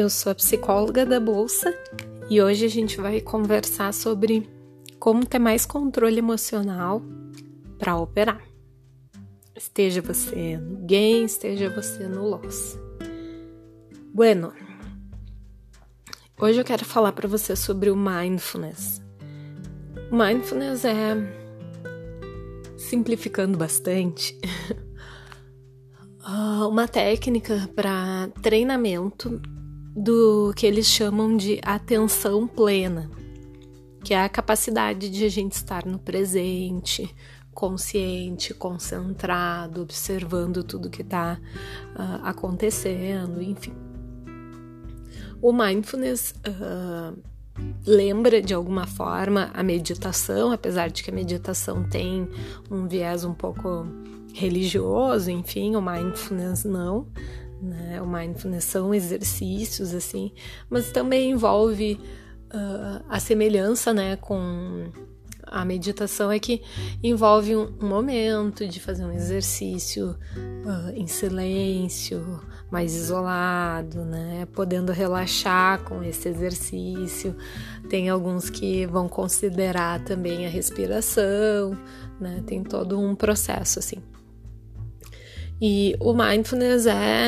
eu sou a psicóloga da Bolsa e hoje a gente vai conversar sobre como ter mais controle emocional para operar. Esteja você no gain, esteja você no loss. Bueno, hoje eu quero falar para você sobre o mindfulness. O mindfulness é, simplificando bastante, uma técnica para treinamento do que eles chamam de atenção plena, que é a capacidade de a gente estar no presente, consciente, concentrado, observando tudo que está acontecendo, enfim. O mindfulness lembra de alguma forma a meditação, apesar de que a meditação tem um viés um pouco religioso, enfim, o mindfulness não, né? O mindfulness são exercícios, assim, mas também envolve a semelhança, né, com a meditação é que envolve um momento de fazer um exercício em silêncio, mais isolado, né, podendo relaxar com esse exercício. Tem alguns que vão considerar também a respiração, né, tem todo um processo, assim. E o mindfulness é...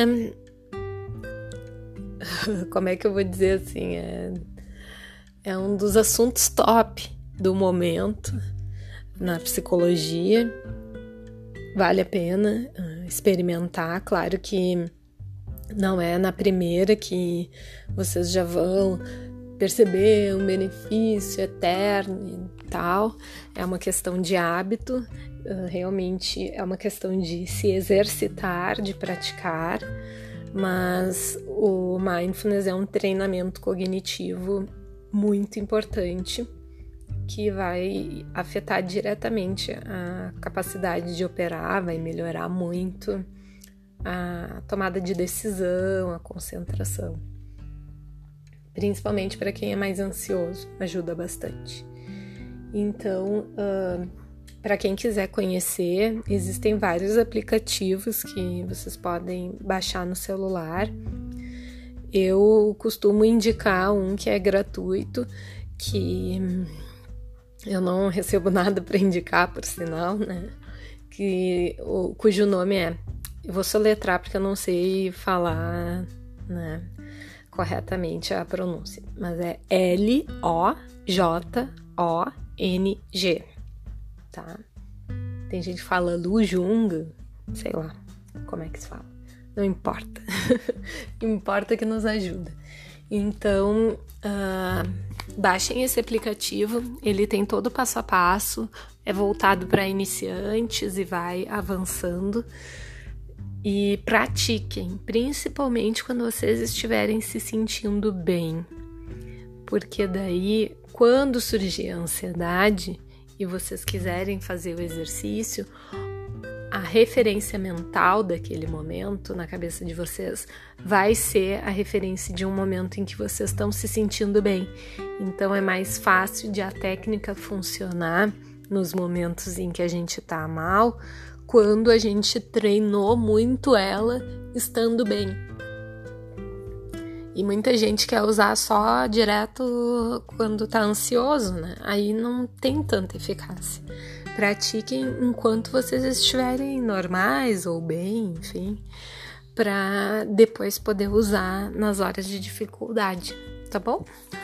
como é que eu vou dizer assim? É um dos assuntos top do momento na psicologia. Vale a pena experimentar. Claro que não é na primeira que vocês já vão perceber um benefício eterno e tal. É uma questão de hábito. Realmente é uma questão de se exercitar, de praticar, mas o mindfulness é um treinamento cognitivo muito importante que vai afetar diretamente a capacidade de operar, vai melhorar muito a tomada de decisão, a concentração. Principalmente para quem é mais ansioso, ajuda bastante. Então, para quem quiser conhecer, existem vários aplicativos que vocês podem baixar no celular. Eu costumo indicar um que é gratuito, que eu não recebo nada para indicar, por sinal, né? Cujo nome é... Eu vou soletrar porque eu não sei falar, né, corretamente a pronúncia, mas é L-O-J-O-N-G. Tá? Tem gente que fala Lujung, sei lá como é que se fala, não importa. Importa que nos ajuda. Então, baixem esse aplicativo, ele tem todo o passo a passo, é voltado para iniciantes e vai avançando. E pratiquem, principalmente quando vocês estiverem se sentindo bem, porque daí, quando surgir a ansiedade e vocês quiserem fazer o exercício, a referência mental daquele momento na cabeça de vocês vai ser a referência de um momento em que vocês estão se sentindo bem. Então é mais fácil de a técnica funcionar nos momentos em que a gente tá mal, quando a gente treinou muito ela estando bem. E muita gente quer usar só direto quando tá ansioso, né? Aí não tem tanta eficácia. Pratiquem enquanto vocês estiverem normais ou bem, enfim, para depois poder usar nas horas de dificuldade, tá bom?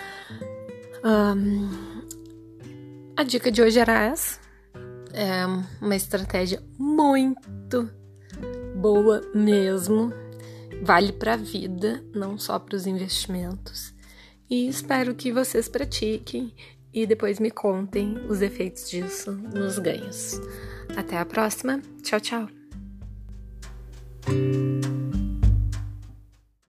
A dica de hoje era essa. É uma estratégia muito boa mesmo. Vale para a vida, não só para os investimentos. E espero que vocês pratiquem e depois me contem os efeitos disso nos ganhos. Até a próxima. Tchau, tchau.